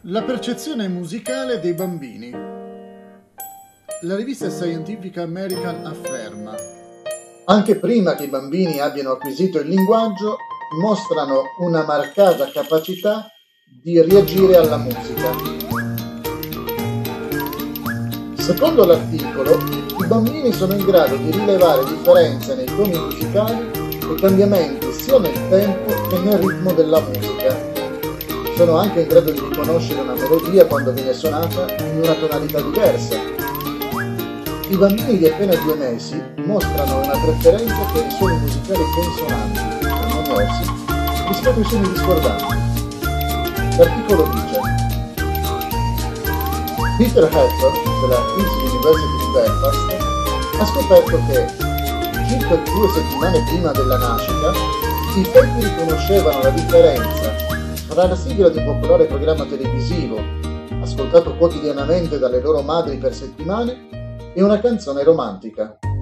La percezione musicale dei bambini. La rivista Scientific American afferma: anche prima che i bambini abbiano acquisito il linguaggio, mostrano una marcata capacità di reagire alla musica. Secondo l'articolo, i bambini sono in grado di rilevare differenze nei toni musicali e cambiamenti sia nel tempo che nel ritmo della musica. Sono anche in grado di riconoscere una melodia quando viene suonata in una tonalità diversa. I bambini di appena 2 mesi mostrano una preferenza per i suoni musicali consonanti, armoniosi, rispetto ai suoni discordanti. L'articolo dice: Peter Hatton, della Queen's University di Belfast, ha scoperto che, circa 2 settimane prima della nascita, i fetti riconoscevano la differenza tra la sigla di un popolare programma televisivo, ascoltato quotidianamente dalle loro madri per settimane, e una canzone romantica.